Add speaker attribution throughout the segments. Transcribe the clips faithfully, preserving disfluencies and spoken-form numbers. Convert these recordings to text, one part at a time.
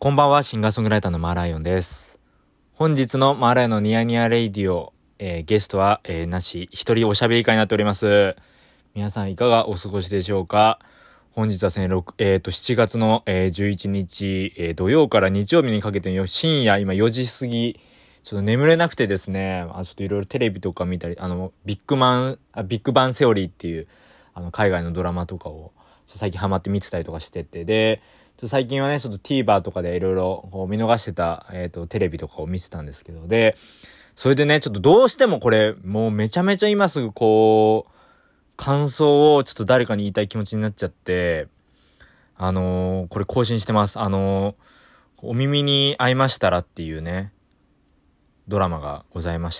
Speaker 1: こんばんは、シンガーソングライターのマーライオンです。本日のマーライオンのニヤニヤレイディオ、えー、ゲストは、えー、なし、一人おしゃべり会になっております。皆さんいかがお過ごしでしょうか。本日はですね、えー、としちがつの、えー、じゅういちにち、えー、土曜から日曜日にかけての深夜、今よじ過ぎ、ちょっと眠れなくてですね、あちょっといろいろテレビとか見たり、あの、ビッグマン、あビッグバンセオリーっていう、あの、海外のドラマとかを、最近ハマって見てたりとかしてて、で、ちょっと最近はね、ちょっと TVer とかでいろいろ見逃してた、えっと、テレビとかを見てたんですけど、で、それでね、ちょっとどうしてもこれ、もうめちゃめちゃ今すぐこう、感想をちょっと誰かに言いたい気持ちになっちゃって、あのー、これ更新してます。あのー、お耳に合いましたらっていうね、ドラマがございまして、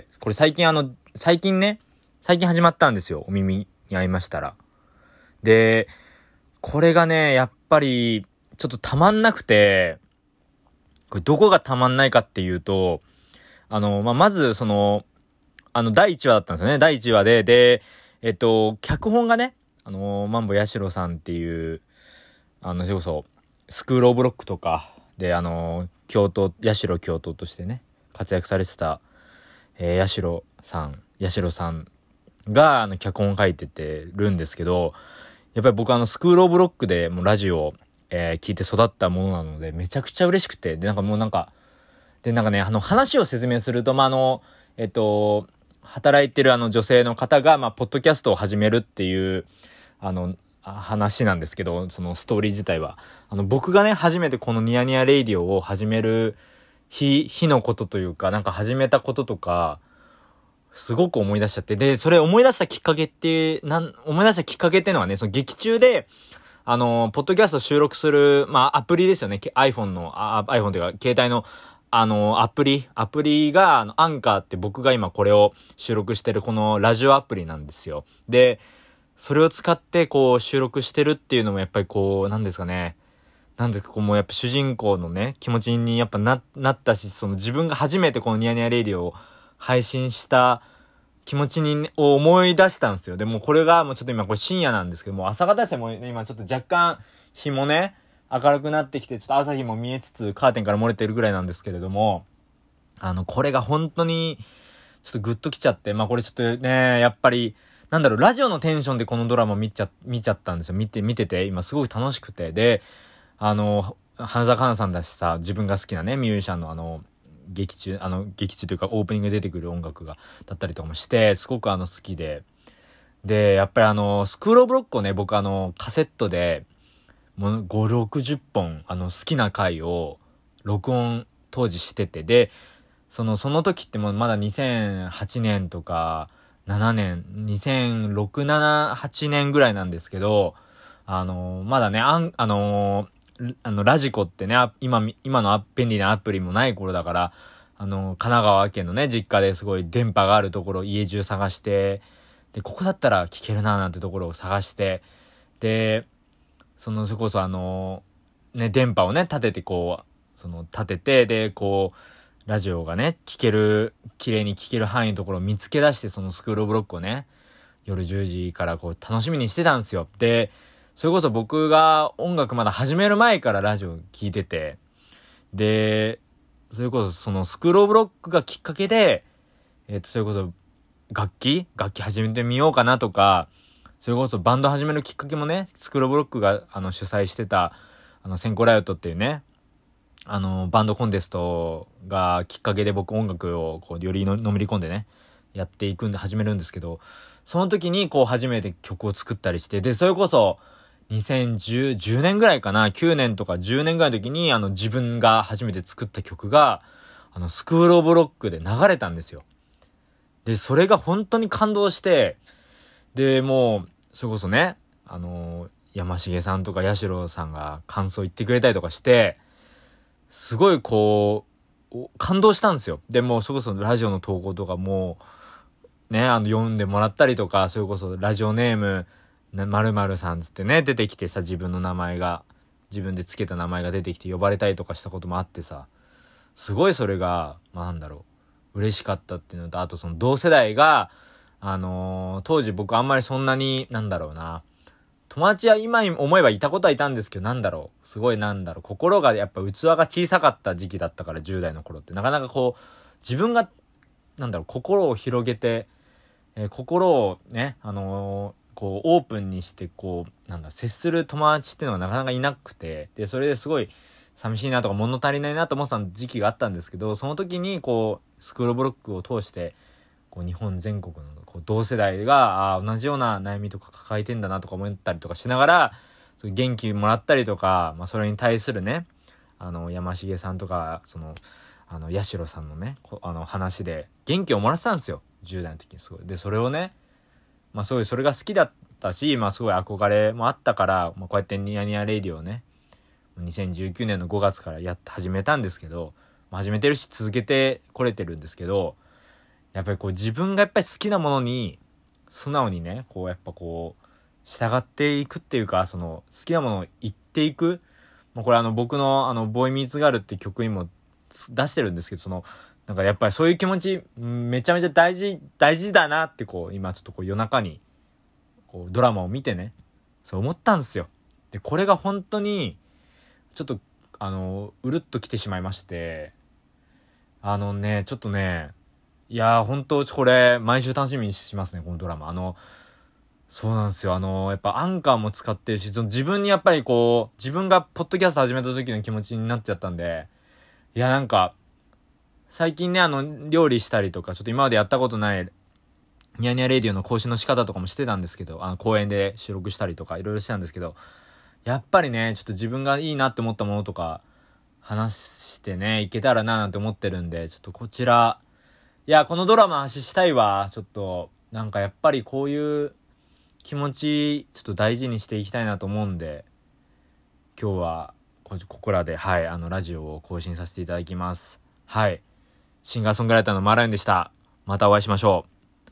Speaker 1: これ最近あの、最近ね、最近始まったんですよ。お耳に合いましたら。で、これがね、やっぱり、ちょっとたまんなくて、これどこがたまんないかっていうと、あの、まあ、まず、その、あの、だいいちわだったんですよね。だいいちわで、で、えっと、脚本がね、あの、マンボヤシロさんっていう、あの、それこそ、スクールオブロックとか、で、あの、教頭、ヤシロ教頭としてね、活躍されてた、えー、ヤシロさん、ヤシロさんが、あの、脚本書いててるんですけど、やっぱり僕あのスクールオブロックでもうラジオを、えー、聞いて育ったものなのでめちゃくちゃ嬉しくて、でなんかもうなんかでなんかねあの話を説明するとまああのえっと働いてるあの女性の方がまあポッドキャストを始めるっていうあの話なんですけど、そのストーリー自体はあの僕がね初めてこのニヤニヤレイディオを始める日日のことというかなんか始めたこととかすごく思い出しちゃって。で、それ思い出したきっかけって、なん、思い出したきっかけっていうのはね、その劇中で、あの、ポッドキャスト収録する、まあ、アプリですよね。iPhone の、あ iPhone というか、携帯の、あの、アプリ、アプリが、あの、アンカーって僕が今これを収録してるこのラジオアプリなんですよ。で、それを使ってこう収録してるっていうのもやっぱりこう、なんですかね。なんですか、こうもうやっぱ主人公のね、気持ちにやっぱな、なったし、その自分が初めてこのニヤニヤレイディオを配信した気持ちに、ね、を思い出したんですよ。でもこれがもうちょっと今これ深夜なんですけども、朝方ですね、もう、ね、今ちょっと若干日もね、明るくなってきて、ちょっと朝日も見えつつ、カーテンから漏れてるぐらいなんですけれども、あの、これが本当に、ちょっとグッときちゃって、まあこれちょっとね、やっぱり、なんだろう、ラジオのテンションでこのドラマ見ちゃ、見ちゃったんですよ。見て、見てて、今すごく楽しくて。で、あの、花澤香菜さんだしさ、自分が好きなね、ミュージシャンのあの、劇中、あの、劇中というかオープニングで出てくる音楽が、だったりとかもして、すごくあの好きで。で、やっぱりあの、スクールオブロックをね、僕あの、カセットで、もうご、ろくじゅっぽん、あの、好きな回を、録音当時してて、で、その、その時ってもうまだにせんはちねんとか、ななねん、にせんろく、なな、はちねんぐらいなんですけど、あの、まだね、あん、あの、あの、ラジコってね、今、今の便利なアプリもない頃だから、あの、神奈川県のね、実家ですごい電波があるところ、家中探して、で、ここだったら聞けるなーなんてところを探して、で、その、それこそあの、ね、電波をね、立ててこう、その、立てて、で、こう、ラジオがね、聞ける、綺麗に聞ける範囲のところを見つけ出して、そのスクールオブロックをね、夜じゅうじからこう、楽しみにしてたんですよ。で、それこそ僕が音楽まだ始める前からラジオ聞いてて、で、それこそそのスクールオブロックがきっかけで、えっと、それこそ楽器楽器始めてみようかなとか、それこそバンド始めるきっかけもね、スクールオブロックがあの主催してた、あの、先行ライオットっていうね、あの、バンドコンテストがきっかけで僕音楽をこう、よりののめり込んでね、やっていくんで始めるんですけど、その時にこう初めて曲を作ったりして、で、それこそ、にせんじゅう、じゅうねんぐらいかな、きゅうねんとかじゅうねんぐらいの時に、あの、自分が初めて作った曲が、あの、スクールオブロックで流れたんですよ。で、それが本当に感動して、で、もう、それこそね、あの、山重さんとか八代さんが感想言ってくれたりとかして、すごいこう、感動したんですよ。で、もうそれこそラジオの投稿とかも、ね、あの、読んでもらったりとか、それこそラジオネーム、〇〇さんつってね、出てきてさ、自分の名前が、自分で付けた名前が出てきて呼ばれたりとかしたこともあってさ、すごいそれが、まあなんだろう、嬉しかったっていうのと、あとその同世代が、あのー、当時僕あんまりそんなに、なんだろうな、 友達は今思えばいたことはいたんですけど、なんだろう。すごいなんだろう。心がやっぱ器が小さかった時期だったから、じゅう代の頃って。なかなかこう、自分が、なんだろう、心を広げて、えー、心をね、あのー、こう、オープンにして、こう、なんだ、接する友達っていうのがなかなかいなくて、で、それですごい寂しいなとか物足りないなと思ってた時期があったんですけど、その時にこう、スクールブロックを通して、こう日本全国のこう同世代があ同じような悩みとか抱えてんだなとか思ったりとかしながら、そう元気もらったりとか、まあ、それに対するね、あの山重さんとかそのあの八代さんのねあの話で元気をもらってたんですよ、じゅう代の時に。すごいで、それをね、まあすごいそれが好きだったし、まあすごい憧れもあったから、まあ、こうやってニヤニヤレイディオをねにせんじゅうきゅうねんのごがつからやって始めたんですけど、まあ、始めてるし続けてこれてるんですけど、やっぱりこう自分がやっぱり好きなものに素直にね、こうやっぱこう従っていくっていうか、その好きなものを言っていく。もうこれあの僕のあのボーイミーツガールって曲にも出してるんですけど、そのなんかやっぱりそういう気持ちめちゃめちゃ大事大事だなってこう今ちょっとこう夜中にこうドラマを見てね、そう思ったんですよ。でこれが本当にちょっとあのうるっときてしまいまして、あのねちょっとね、いやー本当これ毎週楽しみにしますね、このドラマ。あのそうなんですよ、あのやっぱアンカーも使ってるし、その自分にやっぱりこう自分がポッドキャスト始めた時の気持ちになっちゃったんで、いやなんか最近ねあの料理したりとか、ちょっと今までやったことないニヤニヤレディオの更新の仕方とかもしてたんですけど、あの公園で収録したりとかいろいろしてたんですけど、やっぱりねちょっと自分がいいなって思ったものとか話してねいけたらななんて思ってるんで、ちょっとこちら、いやこのドラマ発信したいわ。ちょっとなんかやっぱりこういう気持ちちょっと大事にしていきたいなと思うんで、今日はここらではいあのラジオを更新させていただきます。はい、シンガーソングライターのマーライオンでした。またお会いしましょう。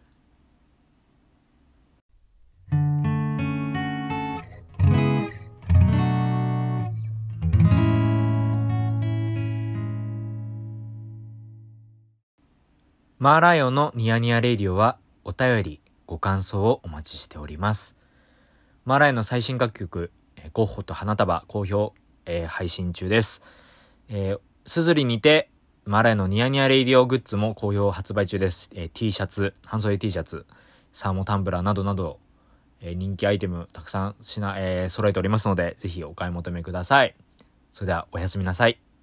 Speaker 1: マーライオンのニヤニヤレディオはお便りご感想をお待ちしております。マーライオンの最新楽曲ゴッホと花束好評、えー、配信中です。えー、すずりにてマーライオンのニヤニヤレディオグッズも好評発売中です。えー、T シャツ、半袖 T シャツ、サーモタンブラーなどなど、えー、人気アイテムたくさんしな、えー、揃えておりますので、ぜひお買い求めください。それではおやすみなさい。